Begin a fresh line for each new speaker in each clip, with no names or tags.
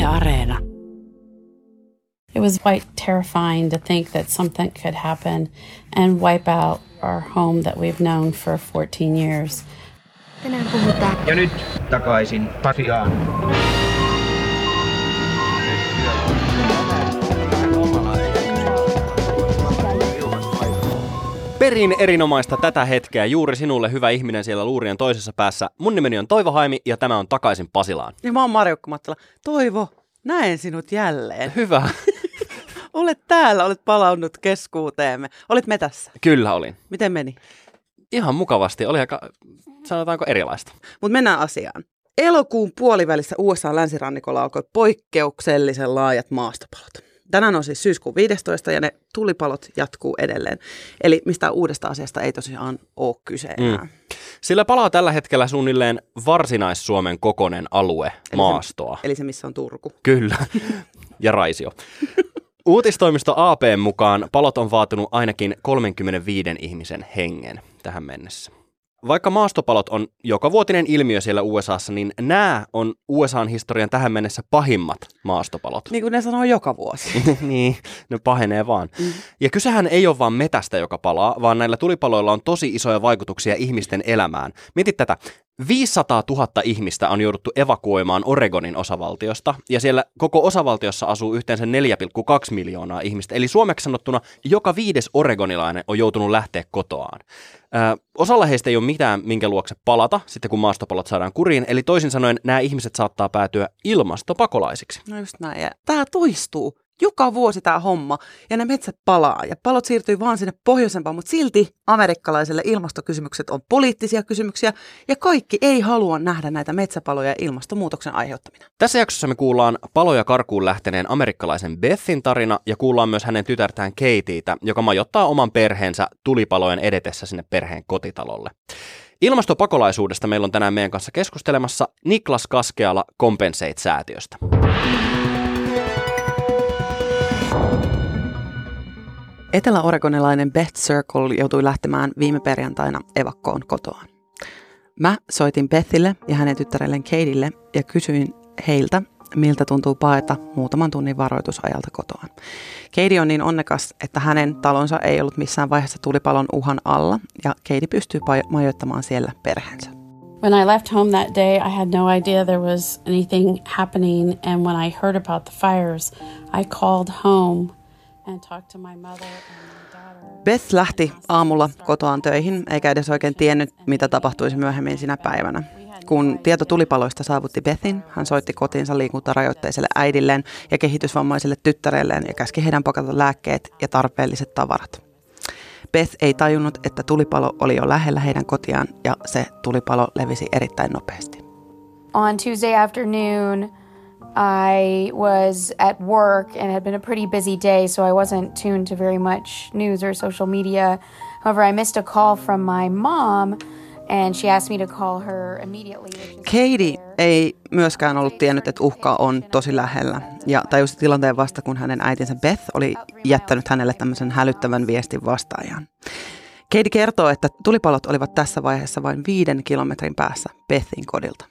Areena.
It was quite terrifying to think that something could happen and wipe out our home that we've known for 14 years.
Tänään puhutaan.
Ja nyt takaisin Pasiaan.
Perin erinomaista tätä hetkeä juuri sinulle, hyvä ihminen siellä luurien toisessa päässä. Mun nimeni on Toivo Haimi ja tämä on Takaisin Pasilaan.
Ja mä oon Marjukka Mattila. Toivo, näen sinut jälleen.
Hyvä.
Olet täällä, olet palannut keskuuteemme. Olit metässä.
Kyllä olin.
Miten meni?
Ihan mukavasti. Oli aika, sanotaanko erilaista.
Mutta mennään asiaan. Elokuun puolivälissä USA-länsirannikolla alkoi poikkeuksellisen laajat maastopalot. Tänään on siis syyskuun 15 ja ne tulipalot jatkuu edelleen. Eli mistään uudesta asiasta ei tosiaan ole kyse enää.
Sillä palaa tällä hetkellä suunnilleen Varsinais-Suomen kokoinen alue maastoa.
Eli se, missä on Turku.
Kyllä. Ja Raisio. Uutistoimisto AP:n mukaan palot on vaatinut ainakin 35 ihmisen hengen tähän mennessä. Vaikka maastopalot on jokavuotinen ilmiö siellä USAssa, niin nämä on USAn historian tähän mennessä pahimmat maastopalot.
Niin kuin ne sanoo joka vuosi.
Niin, ne pahenee vaan. Ja kysehän ei ole vaan metästä, joka palaa, vaan näillä tulipaloilla on tosi isoja vaikutuksia ihmisten elämään. Mietit tätä. 500 000 ihmistä on jouduttu evakuoimaan Oregonin osavaltiosta, ja siellä koko osavaltiossa asuu yhteensä 4,2 miljoonaa ihmistä. Eli suomeksi sanottuna joka 5. oregonilainen on joutunut lähteä kotoaan. Osalla heistä ei ole mitään, minkä luokse palata, sitten kun maastopalot saadaan kuriin. Eli toisin sanoen nämä ihmiset saattaa päätyä ilmastopakolaisiksi.
No just näin. Ja tämä toistuu. Joka vuosi tämä homma, ja ne metsät palaa, ja palot siirtyy vaan sinne pohjoisempaan, mutta silti amerikkalaisille ilmastokysymykset on poliittisia kysymyksiä, ja kaikki ei halua nähdä näitä metsäpaloja ilmastonmuutoksen aiheuttamina.
Tässä jaksossa me kuullaan paloja karkuun lähteneen amerikkalaisen Bethin tarina, ja kuullaan myös hänen tytärtään Katietä, joka majoittaa oman perheensä tulipalojen edetessä sinne perheen kotitalolle. Ilmastopakolaisuudesta meillä on tänään meidän kanssa keskustelemassa Niklas Kaskeala Compensate-säätiöstä.
Etelä-oregonilainen Beth Circle joutui lähtemään viime perjantaina evakkoon kotoaan. Mä soitin Bethille ja hänen tyttärelleen Katieille ja kysyin heiltä, miltä tuntuu paeta muutaman tunnin varoitusajalta kotoaan. Katie on niin onnekas, että hänen talonsa ei ollut missään vaiheessa tulipalon uhan alla ja Katie pystyy majoittamaan siellä perheensä.
When I left home that day, I had no idea there was anything happening, and when I heard about the fires, I called home and talked to my mother and my daughter.
Beth lähti aamulla kotoaan töihin, eikä edes oikein tiennyt, mitä tapahtuisi myöhemmin sinä päivänä. Kun tieto tulipaloista saavutti Bethin, hän soitti kotiinsa liikuntarajoitteiselle äidilleen ja kehitysvammaiselle tyttärelleen ja käski heidän pakata lääkkeet ja tarpeelliset tavarat. Beth ei tajunnut, että tulipalo oli jo lähellä heidän kotiaan ja se tulipalo levisi erittäin nopeasti.
On Tuesday afternoon, I was at work and had been a pretty busy day, so I wasn't tuned to very much news or social media. However, I missed a call from my mom, and she asked me to call her immediately.
Katie ei myöskään ollut tiennyt, että uhka on tosi lähellä, ja tajusi tilanteen vasta, kun hänen äitinsä Beth oli jättänyt hänelle tämmöisen hälyttävän viestin vastaajan. Katie kertoo, että tulipalot olivat tässä vaiheessa vain 5 kilometrin päässä Bethin kodilta.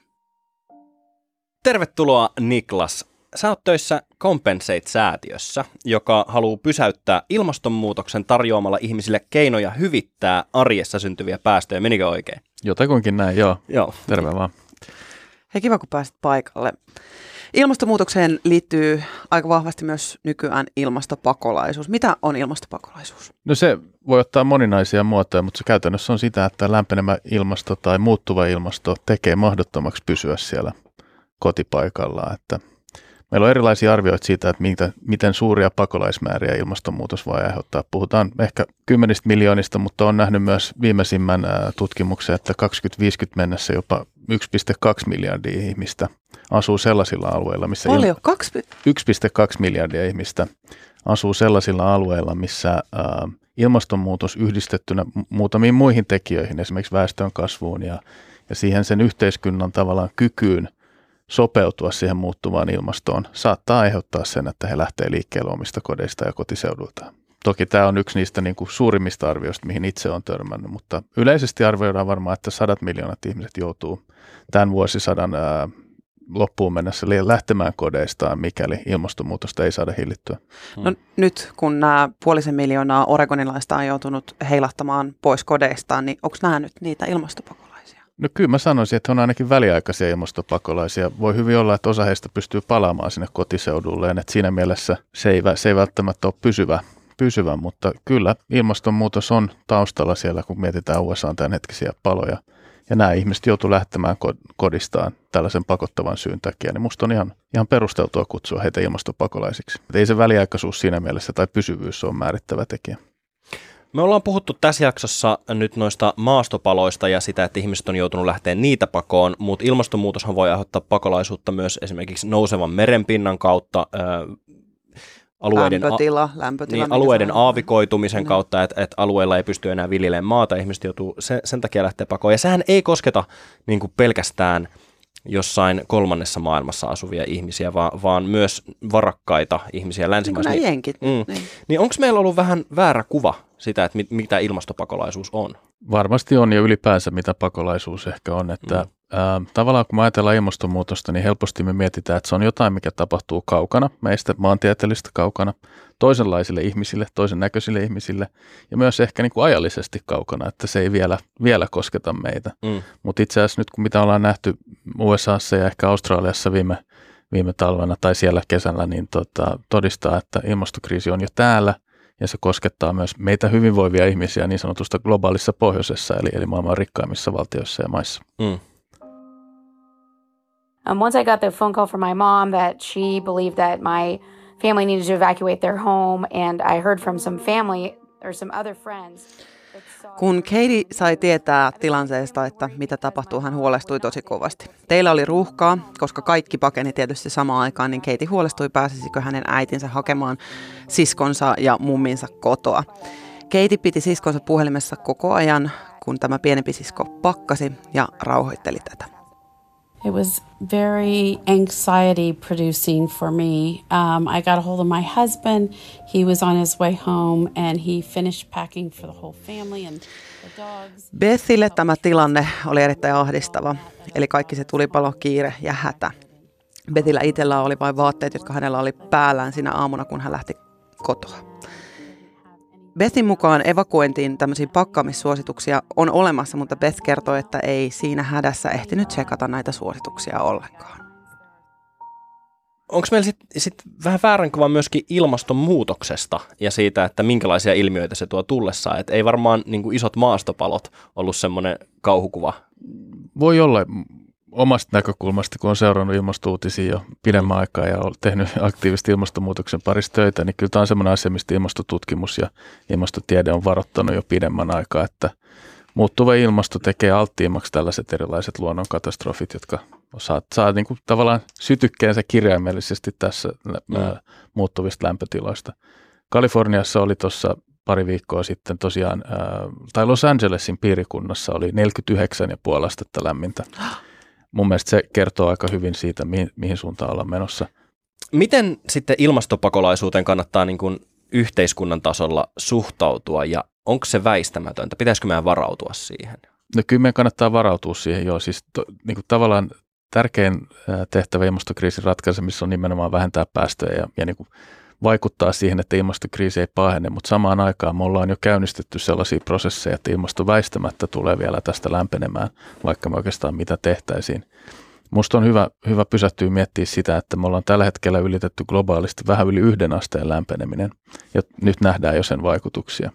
Tervetuloa Niklas. Sä oot töissä Compensate-säätiössä, joka haluaa pysäyttää ilmastonmuutoksen tarjoamalla ihmisille keinoja hyvittää arjessa syntyviä päästöjä. Menikö oikein?
Jotakuinkin näin, joo.
Joo.
Terve vaan.
Hei, kiva kun pääsit paikalle. Ilmastonmuutokseen liittyy aika vahvasti myös nykyään ilmastopakolaisuus. Mitä on ilmastopakolaisuus?
No se voi ottaa moninaisia muotoja, mutta se käytännössä on sitä, että lämpenemä ilmasto tai muuttuva ilmasto tekee mahdottomaksi pysyä siellä kotipaikallaan. Että meillä on erilaisia arvioita siitä, että miten suuria pakolaismääriä ilmastonmuutos voi aiheuttaa. Puhutaan ehkä 10 miljoonista, mutta on nähnyt myös viimeisimmän tutkimuksen, että 2050 mennessä jopa 1,2 miljardia ihmistä asuu sellaisilla alueilla, missä 1,2 miljardia ihmistä asuu sellaisilla alueilla, missä ilmastonmuutos yhdistettynä muutamiin muihin tekijöihin, esimerkiksi väestön kasvuun ja siihen sen yhteiskunnan tavallaan kykyyn sopeutua siihen muuttuvaan ilmastoon, saattaa aiheuttaa sen, että he lähtee liikkeelle omista kodeista ja kotiseudultaan. Toki tämä on yksi niistä niin kuin suurimmista arvioista, mihin itse olen törmännyt, mutta yleisesti arvioidaan varmaan, että 100 miljoonat ihmiset joutuu tämän vuosisadan loppuun mennessä lähtemään kodeistaan, mikäli ilmastonmuutosta ei saada hillittyä.
No nyt, kun nämä 500 000 oregonilaista on joutunut heilahtamaan pois kodeistaan, niin onko nämä nyt niitä ilmastopakolaisia?
No kyllä mä sanoisin, että on ainakin väliaikaisia ilmastopakolaisia. Voi hyvin olla, että osa heistä pystyy palaamaan sinne kotiseudulleen, että siinä mielessä se ei välttämättä ole pysyvä, mutta kyllä ilmastonmuutos on taustalla siellä, kun mietitään USA:n tämänhetkisiä paloja. Ja nämä ihmiset joutuu lähtemään kodistaan tällaisen pakottavan syyn takia, niin musta on ihan perusteltua kutsua heitä ilmastopakolaisiksi. Et ei se väliaikaisuus siinä mielessä tai pysyvyys ole määrittävä tekijä.
Me ollaan puhuttu tässä jaksossa nyt noista maastopaloista ja sitä, että ihmiset on joutunut lähteä niitä pakoon, mutta ilmastonmuutoshan voi aiheuttaa pakolaisuutta myös esimerkiksi nousevan merenpinnan kautta, alueiden aavikoitumisen kautta, että alueella ei pysty enää viljelemään maata, ihmiset joutuu sen takia lähteä pakoon. Ja sehän ei kosketa niin kuin pelkästään jossain kolmannessa maailmassa asuvia ihmisiä, vaan myös varakkaita ihmisiä länsimaissa.
Niin kuin jenkit.
Niin onko meillä ollut vähän väärä kuva sitä, että mitä ilmastopakolaisuus on?
Varmasti on ja ylipäänsä mitä pakolaisuus ehkä on, että tavallaan kun me ajatellaan ilmastonmuutosta, niin helposti me mietitään, että se on jotain, mikä tapahtuu kaukana, meistä maantieteellisesti kaukana, toisenlaisille ihmisille, toisen näköisille ihmisille ja myös ehkä niin kuin ajallisesti kaukana, että se ei vielä kosketa meitä. Mutta itse asiassa nyt kun mitä ollaan nähty USAssa ja ehkä Australiassa viime talvena tai siellä kesällä, niin todistaa, että ilmastokriisi on jo täällä. Ja se koskettaa myös meitä hyvinvoivia ihmisiä niin sanotusta globaalissa pohjoisessa, eli maailman rikkaimmissa valtioissa ja maissa.
Once I got the phone call from my mom that she believed that my family needed to evacuate their home, and I heard from some family or some other friends.
Kun Katie sai tietää tilanteesta, että mitä tapahtuu, hän huolestui tosi kovasti. Teillä oli ruuhkaa, koska kaikki pakeni tietysti samaan aikaan, niin Katie huolestui, pääsisikö hänen äitinsä hakemaan siskonsa ja mumminsa kotoa. Katie piti siskonsa puhelimessa koko ajan, kun tämä pienempi sisko pakkasi ja rauhoitteli tätä.
It was very anxiety producing for me. I got a hold of my husband. He was on his way home and he finished packing for the whole family and the dogs.
Bethille tämä tilanne oli erittäin ahdistava, eli kaikki se tulipalo, kiire ja hätä. Bethillä itsellään oli vain vaatteet, jotka hänellä oli päällään siinä aamuna, kun hän lähti kotoa. Bethin mukaan evakuointiin tämmöisiä pakkaamissuosituksia on olemassa, mutta Beth kertoi, että ei siinä hädässä ehtinyt tsekata näitä suosituksia ollenkaan.
Onko meillä sit vähän väärän kuva myöskin ilmastonmuutoksesta ja siitä, että minkälaisia ilmiöitä se tuo tullessaan? Et ei varmaan niin kuin isot maastopalot ollut semmoinen kauhukuva.
Voi olla omasta näkökulmasta, kun on seurannut ilmastouutisia jo pidemmän aikaa ja on tehnyt aktiivisesti ilmastonmuutoksen parissa töitä, niin kyllä tämä on semmoinen asia, mistä ilmastotutkimus ja ilmastotiede on varoittanut jo pidemmän aikaa, että muuttuva ilmasto tekee alttiimmaksi tällaiset erilaiset luonnonkatastrofit, jotka saa niin kuin tavallaan sytykkeensä kirjaimellisesti tässä muuttuvista lämpötiloista. Kaliforniassa oli tuossa pari viikkoa sitten tosiaan, tai Los Angelesin piirikunnassa oli 49,5 astetta lämmintä. Mun mielestä se kertoo aika hyvin siitä, mihin suuntaan ollaan menossa.
Miten sitten ilmastopakolaisuuteen kannattaa niin kuin yhteiskunnan tasolla suhtautua ja onko se väistämätöntä? Pitäisikö meidän varautua siihen?
No kyllä meidän kannattaa varautua siihen, joo. Siis niin kuin tavallaan tärkein tehtävä ilmastokriisin ratkaisemisessa on nimenomaan vähentää päästöjä ja niin kuin vaikuttaa siihen, että ilmastokriisi ei pahene, mutta samaan aikaan me ollaan jo käynnistetty sellaisia prosesseja, että ilmasto väistämättä tulee vielä tästä lämpenemään, vaikka me oikeastaan mitä tehtäisiin. Musta on hyvä pysähtyä miettiä sitä, että me ollaan tällä hetkellä ylitetty globaalisti vähän yli 1 asteen lämpeneminen, ja nyt nähdään jo sen vaikutuksia.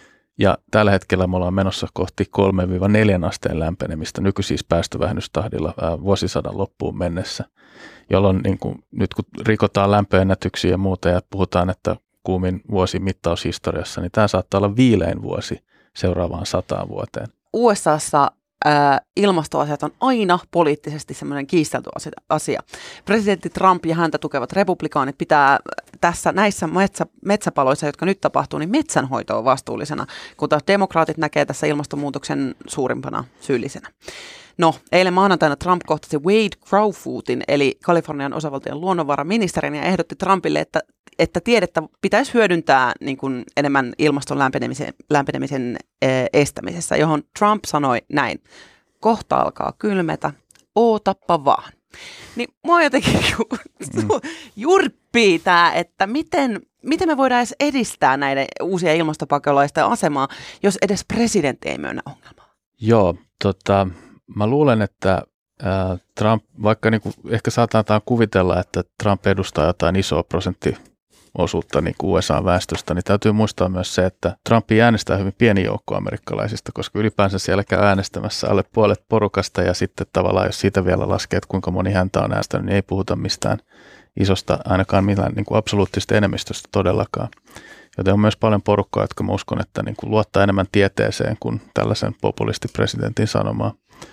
Ja tällä hetkellä me ollaan menossa kohti 3-4 asteen lämpenemistä nykyisissä päästövähennystahdilla vuosisadan loppuun mennessä, jolloin niin kuin, nyt kun rikotaan lämpöennätyksiä ja muuta ja puhutaan, että kuumin vuosi mittaushistoriassa, niin tämä saattaa olla viilein vuosi seuraavaan 100 vuoteen.
USAssa ilmastoasiat on aina poliittisesti semmoinen kiistelty asia. Presidentti Trump ja häntä tukevat republikaanit pitää näissä metsäpaloissa, jotka nyt tapahtuu, niin metsänhoitoa vastuullisena, kun taas demokraatit näkee tässä ilmastonmuutoksen suurimpana syyllisenä. No, eilen maanantaina Trump kohtasi Wade Crowfoothin, eli Kalifornian osavaltion luonnonvaraministerin, ja ehdotti Trumpille, että tiedettä pitäisi hyödyntää niin kuin enemmän ilmaston lämpenemisen estämisessä, johon Trump sanoi näin: kohta alkaa kylmetä, ootappa vaan. Niin mua jotenkin jurppii tämä, että miten me voidaan edes edistää näiden uusien ilmastopakolaisten asemaa, jos edes presidentti ei myönnä ongelmaa?
Joo, mä luulen, että Trump, vaikka niin kuin ehkä saatetaan kuvitella, että Trump edustaa jotain isoa prosenttiosuutta niin kuin USA-väestöstä, niin täytyy muistaa myös se, että Trumpia äänestää hyvin pieni joukko amerikkalaisista, koska ylipäänsä siellä käy äänestämässä alle puolet porukasta ja sitten tavallaan, jos siitä vielä laskee, että kuinka moni häntä on äänestänyt, niin ei puhuta mistään isosta, ainakaan millään niin kuin absoluuttisesta enemmistöstä todellakaan. Joten on myös paljon porukkaa, jotka mä uskon, että niin kuin luottaa enemmän tieteeseen kuin tällaisen populistipresidentin sanomaan.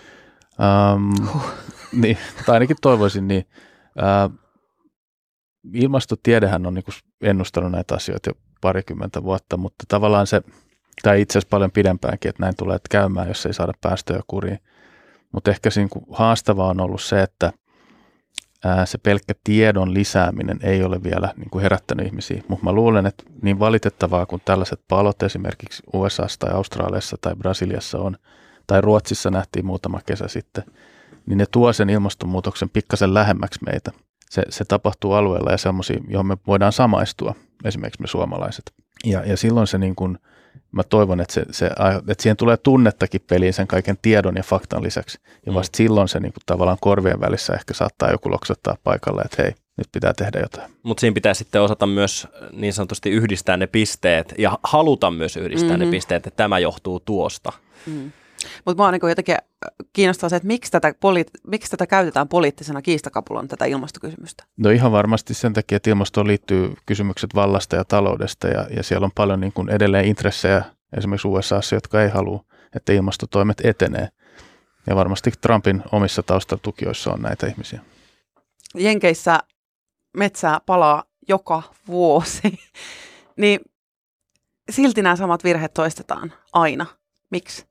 Niin, tai ainakin toivoisin, niin ilmastotiedehän on niin kuin ennustanut näitä asioita jo parikymmentä vuotta, mutta tavallaan se, tai itse asiassa paljon pidempäänkin, että näin tulee käymään, jos ei saada päästöjä kuriin. Mutta ehkä se niin kuin haastavaa on ollut se, että se pelkkä tiedon lisääminen ei ole vielä niin kuin herättänyt ihmisiä, mutta mä luulen, että niin valitettavaa kuin tällaiset palot esimerkiksi USAssa tai Australiassa tai Brasiliassa on, tai Ruotsissa nähtiin muutama kesä sitten, niin ne tuo sen ilmastonmuutoksen pikkasen lähemmäksi meitä. Se tapahtuu alueella ja semmoisia, johon me voidaan samaistua, esimerkiksi me suomalaiset. Ja silloin se niin kuin, mä toivon, että että siihen tulee tunnettakin peliin sen kaiken tiedon ja faktan lisäksi. Ja vasta silloin se niin kuin tavallaan korvien välissä ehkä saattaa joku loksattaa paikalle, että hei, nyt pitää tehdä jotain.
Mutta siinä pitää sitten osata myös niin sanotusti yhdistää ne pisteet ja haluta myös yhdistää ne pisteet, että tämä johtuu tuosta.
Mutta minua niin jotenkin kiinnostaa se, että miksi tätä käytetään poliittisena kiistakapulana, tätä ilmastokysymystä?
No ihan varmasti sen takia, että ilmastoon liittyy kysymykset vallasta ja taloudesta ja siellä on paljon niin kuin edelleen intressejä esimerkiksi USAssa, jotka ei halua, että ilmastotoimet etenee. Ja varmasti Trumpin omissa taustatukijoissa on näitä ihmisiä.
Jenkeissä metsää palaa joka vuosi, niin silti nämä samat virheet toistetaan aina. Miksi?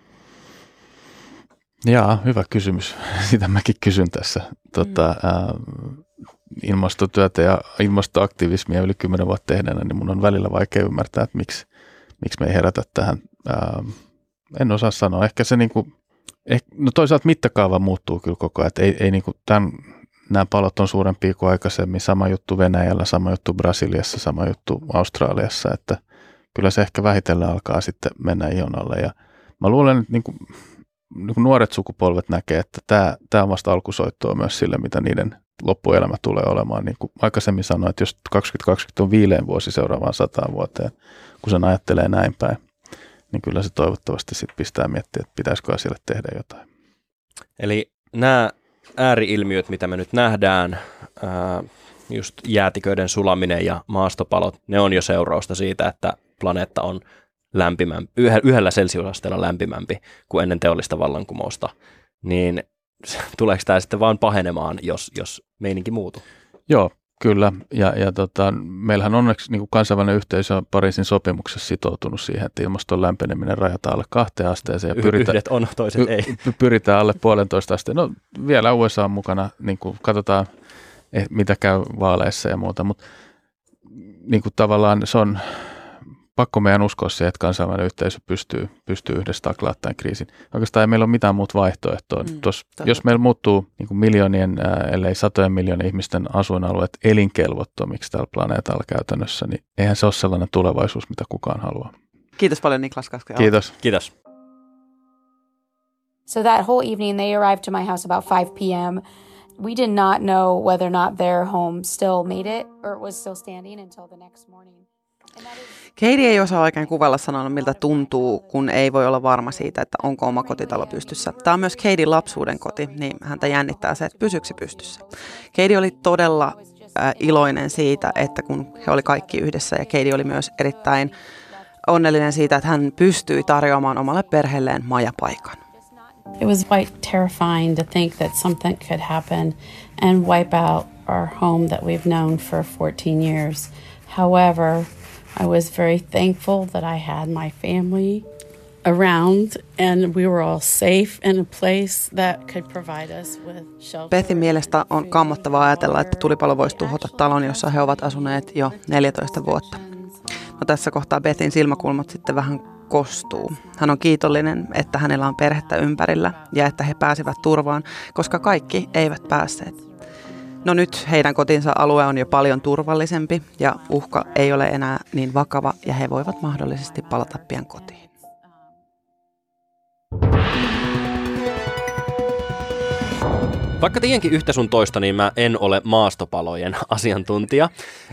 Jaa, hyvä kysymys. Sitä mäkin kysyn tässä. Ilmastotyötä ja ilmastoaktivismia yli 10 vuotta tehneenä, niin mun on välillä vaikea ymmärtää, että miksi me ei herätä tähän. En osaa sanoa. Ehkä se no toisaalta mittakaava muuttuu kyllä koko ajan. Ei nämä palot on suurempia kuin aikaisemmin. Sama juttu Venäjällä, sama juttu Brasiliassa, sama juttu Australiassa. Että kyllä se ehkä vähitellen alkaa sitten mennä ihon alle. Ja mä luulen, että niin kuin nuoret sukupolvet näkee, että tämä on vasta alkusoittoa myös sille, mitä niiden loppuelämä tulee olemaan. Niin kuin aikaisemmin sanoin, että jos 2020 on viilein vuosi seuraavaan 100 vuoteen, kun sen ajattelee näin päin, niin kyllä se toivottavasti sitten pistää miettiä, että pitäisikö asialle tehdä jotain.
Eli nämä ääri-ilmiöt, mitä me nyt nähdään, just jäätiköiden sulaminen ja maastopalot, ne on jo seurausta siitä, että planeetta on lämpimämpi, yhdellä celsiusasteella lämpimämpi kuin ennen teollista vallankumousta, niin tuleeko tämä sitten vaan pahenemaan, jos meininki muutuu?
Joo, kyllä. Ja meillähän onneksi niin kuin kansainvälinen yhteisö on Pariisin sopimuksessa sitoutunut siihen, että ilmaston lämpeneminen rajataan alle 2 asteeseen. Ja
yhdet on, toiset ei.
Pyritään alle 1,5 asteen. No vielä USA on mukana, niin kuin katsotaan mitä käy vaaleissa ja muuta, mutta niin kuin tavallaan se on pakko meidän uskoa siihen, että kansainvälinen yhteisö pystyy yhdessä taklaamaan tämän kriisin. Oikeastaan ei meillä ole mitään muuta vaihtoehtoa. Jos meillä muuttuu niin kuin miljoonien, ellei satojen miljoonien ihmisten asuinalueet elinkelvottomiksi tällä planeetalla käytännössä, niin eihän se ole sellainen tulevaisuus, mitä kukaan haluaa.
Kiitos paljon Niklas Kaskela.
Kiitos.
So that whole evening they arrived to my house about 5 p.m. We did not know whether or not their home still made it or was still standing until the next morning.
Katie ei osaa oikein kuvella sanoa, miltä tuntuu, kun ei voi olla varma siitä, että onko oma kotitalo pystyssä. Tämä on myös Katien lapsuuden koti, niin häntä jännittää se, että pysyykö se pystyssä. Katie oli todella iloinen siitä, että kun he oli kaikki yhdessä, ja Katie oli myös erittäin onnellinen siitä, että hän pystyi tarjoamaan omalle perheelleen majapaikan.
It was quite terrifying to think that something could happen and wipe out our home that we've known for 14 years. However, I was very thankful that I had my family around and we were all safe in a place that could provide us with shelter.
Bethin mielestä on kammottavaa ajatella, että tulipalo voisi tuhota talon, jossa he ovat asuneet jo 14 vuotta. No tässä kohtaa Bethin silmäkulmat sitten vähän kostuu. Hän on kiitollinen, että hänellä on perhettä ympärillä ja että he pääsivät turvaan, koska kaikki eivät päässeet. No nyt heidän kotinsa alue on jo paljon turvallisempi ja uhka ei ole enää niin vakava ja he voivat mahdollisesti palata pian kotiin.
Vaikka tiedänkin yhtä sun toista, niin mä en ole maastopalojen asiantuntija.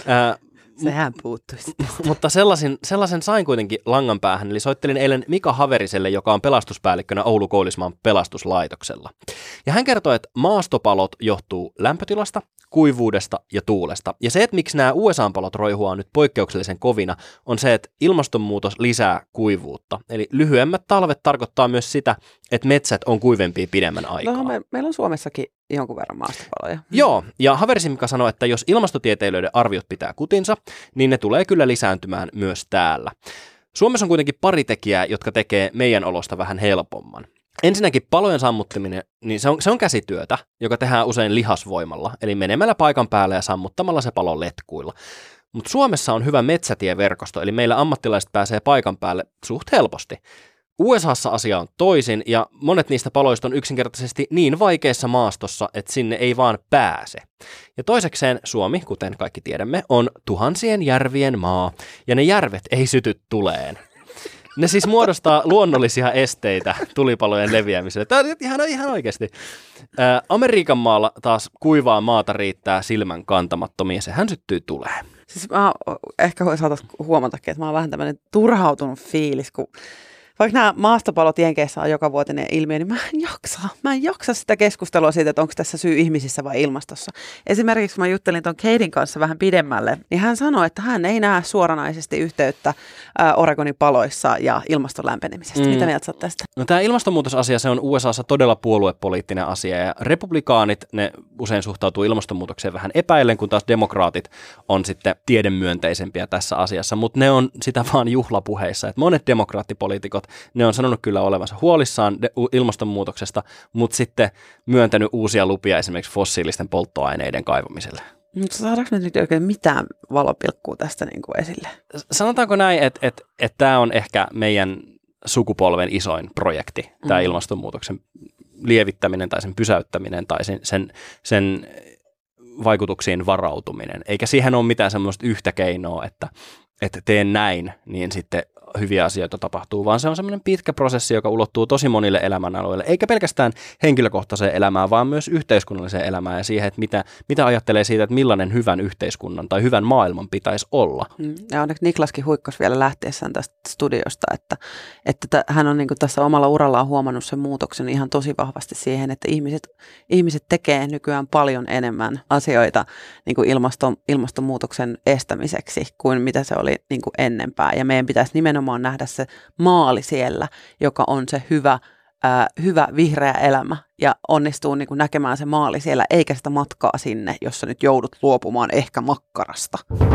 Sehän puuttuisi.
Mutta sellaisen sain kuitenkin langan päähän, eli soittelin eilen Mika Haveriselle, joka on pelastuspäällikkönä Oulu-Koulismaan pelastuslaitoksella. Ja hän kertoi, että maastopalot johtuu lämpötilasta, kuivuudesta ja tuulesta. Ja se, että miksi nämä USA-palot roihuaa nyt poikkeuksellisen kovina, on se, että ilmastonmuutos lisää kuivuutta. Eli lyhyemmät talvet tarkoittaa myös sitä, että metsät on kuivempia pidemmän aikaa.
No, meillä on Suomessakin jonkun verran maastopaloja.
Joo, ja Haverisi Mika sanoi, että jos ilmastotieteilijöiden arviot pitää kutinsa, niin ne tulee kyllä lisääntymään myös täällä. Suomessa on kuitenkin pari tekijää, jotka tekee meidän olosta vähän helpomman. Ensinnäkin palojen sammuttaminen, niin se on käsityötä, joka tehdään usein lihasvoimalla, eli menemällä paikan päälle ja sammuttamalla se palo letkuilla. Mutta Suomessa on hyvä metsätieverkosto, eli meillä ammattilaiset pääsee paikan päälle suht helposti. USAssa asia on toisin, ja monet niistä paloista on yksinkertaisesti niin vaikeassa maastossa, että sinne ei vaan pääse. Ja toisekseen Suomi, kuten kaikki tiedämme, on tuhansien järvien maa, ja ne järvet ei syty tuleen. Ne siis muodostaa luonnollisia esteitä tulipalojen leviämiselle. Tämä on ihan oikeasti. Amerikan maalla taas kuivaa maata riittää silmän kantamattomia, ja sehän syttyy tuleen.
Siis ehkä saataisiin huomatakin, että mä oon vähän tämmöinen turhautunut fiilis, kun vaikka nämä maastopalot Jenkeissä on jokavuotinen ilmiö, niin mä en jaksa sitä keskustelua siitä, että onko tässä syy ihmisissä vai ilmastossa. Esimerkiksi kun mä juttelin tuon Katein kanssa vähän pidemmälle, niin hän sanoi, että hän ei näe suoranaisesti yhteyttä Oregonin paloissa ja ilmaston lämpenemisestä. Mitä mieltä sä oot tästä?
No, tämä ilmastonmuutosasia, se on USAssa todella puoluepoliittinen asia, ja republikaanit, ne usein suhtautuu ilmastonmuutokseen vähän epäillen, kun taas demokraatit on sitten tiedemyönteisempiä tässä asiassa, mutta ne on sitä vaan juhlapuheissa, että monet demokraattipoliitikot, ne on sanonut kyllä olevansa huolissaan ilmastonmuutoksesta, mutta sitten myöntänyt uusia lupia esimerkiksi fossiilisten polttoaineiden kaivamiselle.
Mutta saadaanko nyt oikein mitään valopilkkua tästä niin kuin esille?
Sanotaanko näin, että tämä on ehkä meidän sukupolven isoin projekti, tämä ilmastonmuutoksen lievittäminen tai sen pysäyttäminen tai sen vaikutuksiin varautuminen. Eikä siihen ole mitään semmoista yhtä keinoa, että teen näin, niin sitten hyviä asioita tapahtuu, vaan se on semmoinen pitkä prosessi, joka ulottuu tosi monille elämänalueille, eikä pelkästään henkilökohtaiseen elämään, vaan myös yhteiskunnalliseen elämään ja siihen, että mitä ajattelee siitä, että millainen hyvän yhteiskunnan tai hyvän maailman pitäisi olla.
Ja onneksi Niklaskin huikkasi vielä lähtiessään tästä studiosta, että hän on niin kuin tässä omalla urallaan huomannut sen muutoksen ihan tosi vahvasti siihen, että ihmiset tekee nykyään paljon enemmän asioita niin kuin ilmastonmuutoksen estämiseksi kuin mitä se oli niin kuin ennenpäin. Ja meidän pitäisi nimenomaan nähdä se maali siellä, joka on se hyvä vihreä elämä ja onnistuu niin kuin näkemään se maali siellä, eikä sitä matkaa sinne, jossa nyt joudut luopumaan ehkä makkarasta.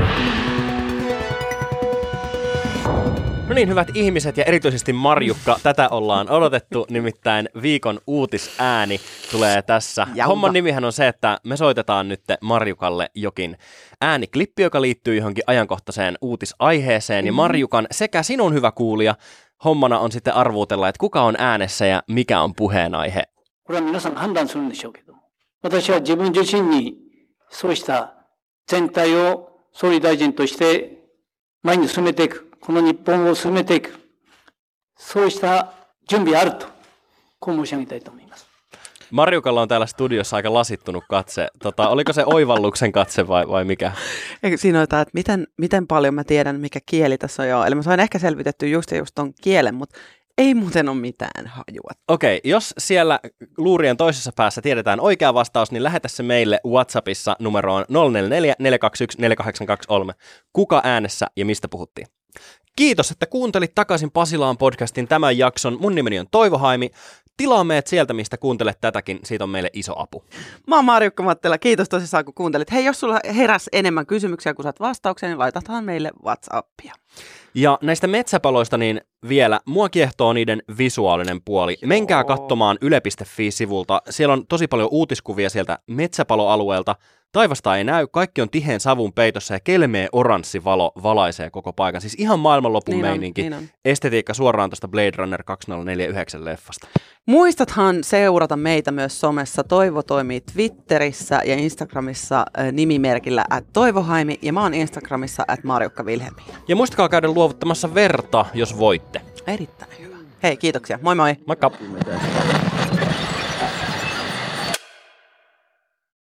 No niin, hyvät ihmiset ja erityisesti Marjukka, tätä ollaan odotettu, nimittäin viikon uutisääni tulee tässä.
Jauva.
Homman nimihän on se, että me soitetaan nyt Marjukalle jokin ääniklippi, joka liittyy johonkin ajankohtaiseen uutisaiheeseen. Ja Marjukan sekä sinun hyvä kuulija hommana on sitten arvuutella, että kuka on äänessä ja mikä on puheenaihe.
これは皆さん判断するんでしょうけど、私は自分自身にそうした全体を総理大臣として前に進めていく、この日本を進めていく、そうした準備あると、こう申し上げたいと思います。
Marjukalla on täällä studiossa aika lasittunut katse. Oliko se oivalluksen katse vai mikä?
Siinä on jotain, että miten paljon mä tiedän, mikä kieli tässä on jo. Eli mä sain ehkä selvitetty just ton kielen, mutta ei muuten ole mitään hajua.
Okei, jos siellä luurien toisessa päässä tiedetään oikea vastaus, niin lähetä se meille WhatsAppissa numeroon 044 421 4823. Kuka äänessä ja mistä puhuttiin? Kiitos, että kuuntelit takaisin Pasilaan podcastin tämän jakson. Mun nimeni on Toivo Haimi. Tilaa meidät sieltä, mistä kuuntelet tätäkin. Siitä on meille iso apu.
Mä oon Marjukka Mattila. Kiitos tosissaan, kun kuuntelit. Hei, jos sulla heräsi enemmän kysymyksiä kuin saat vastauksia, niin laitataan meille WhatsAppia.
Ja näistä metsäpaloista niin vielä, mua kiehtoo niiden visuaalinen puoli. Menkää katsomaan yle.fi-sivulta. Siellä on tosi paljon uutiskuvia sieltä metsäpaloalueelta Taivasta ei näy, kaikki on tiheen savun peitossa ja kelmeä oranssi valo valaisee koko paikan. Siis ihan maailmanlopun meininki.
Niin on.
Estetiikka suoraan tuosta Blade Runner 2049 leffasta.
Muistathan seurata meitä myös somessa. Toivo toimii Twitterissä ja Instagramissa nimimerkillä @toivohaimi ja mä oon Instagramissa @Marjukka Vilhelmiina.
Ja muistakaa käydä luovuttamassa verta, jos voitte.
Erittäin hyvä. Hei, kiitoksia. Moi moi.
Moikka!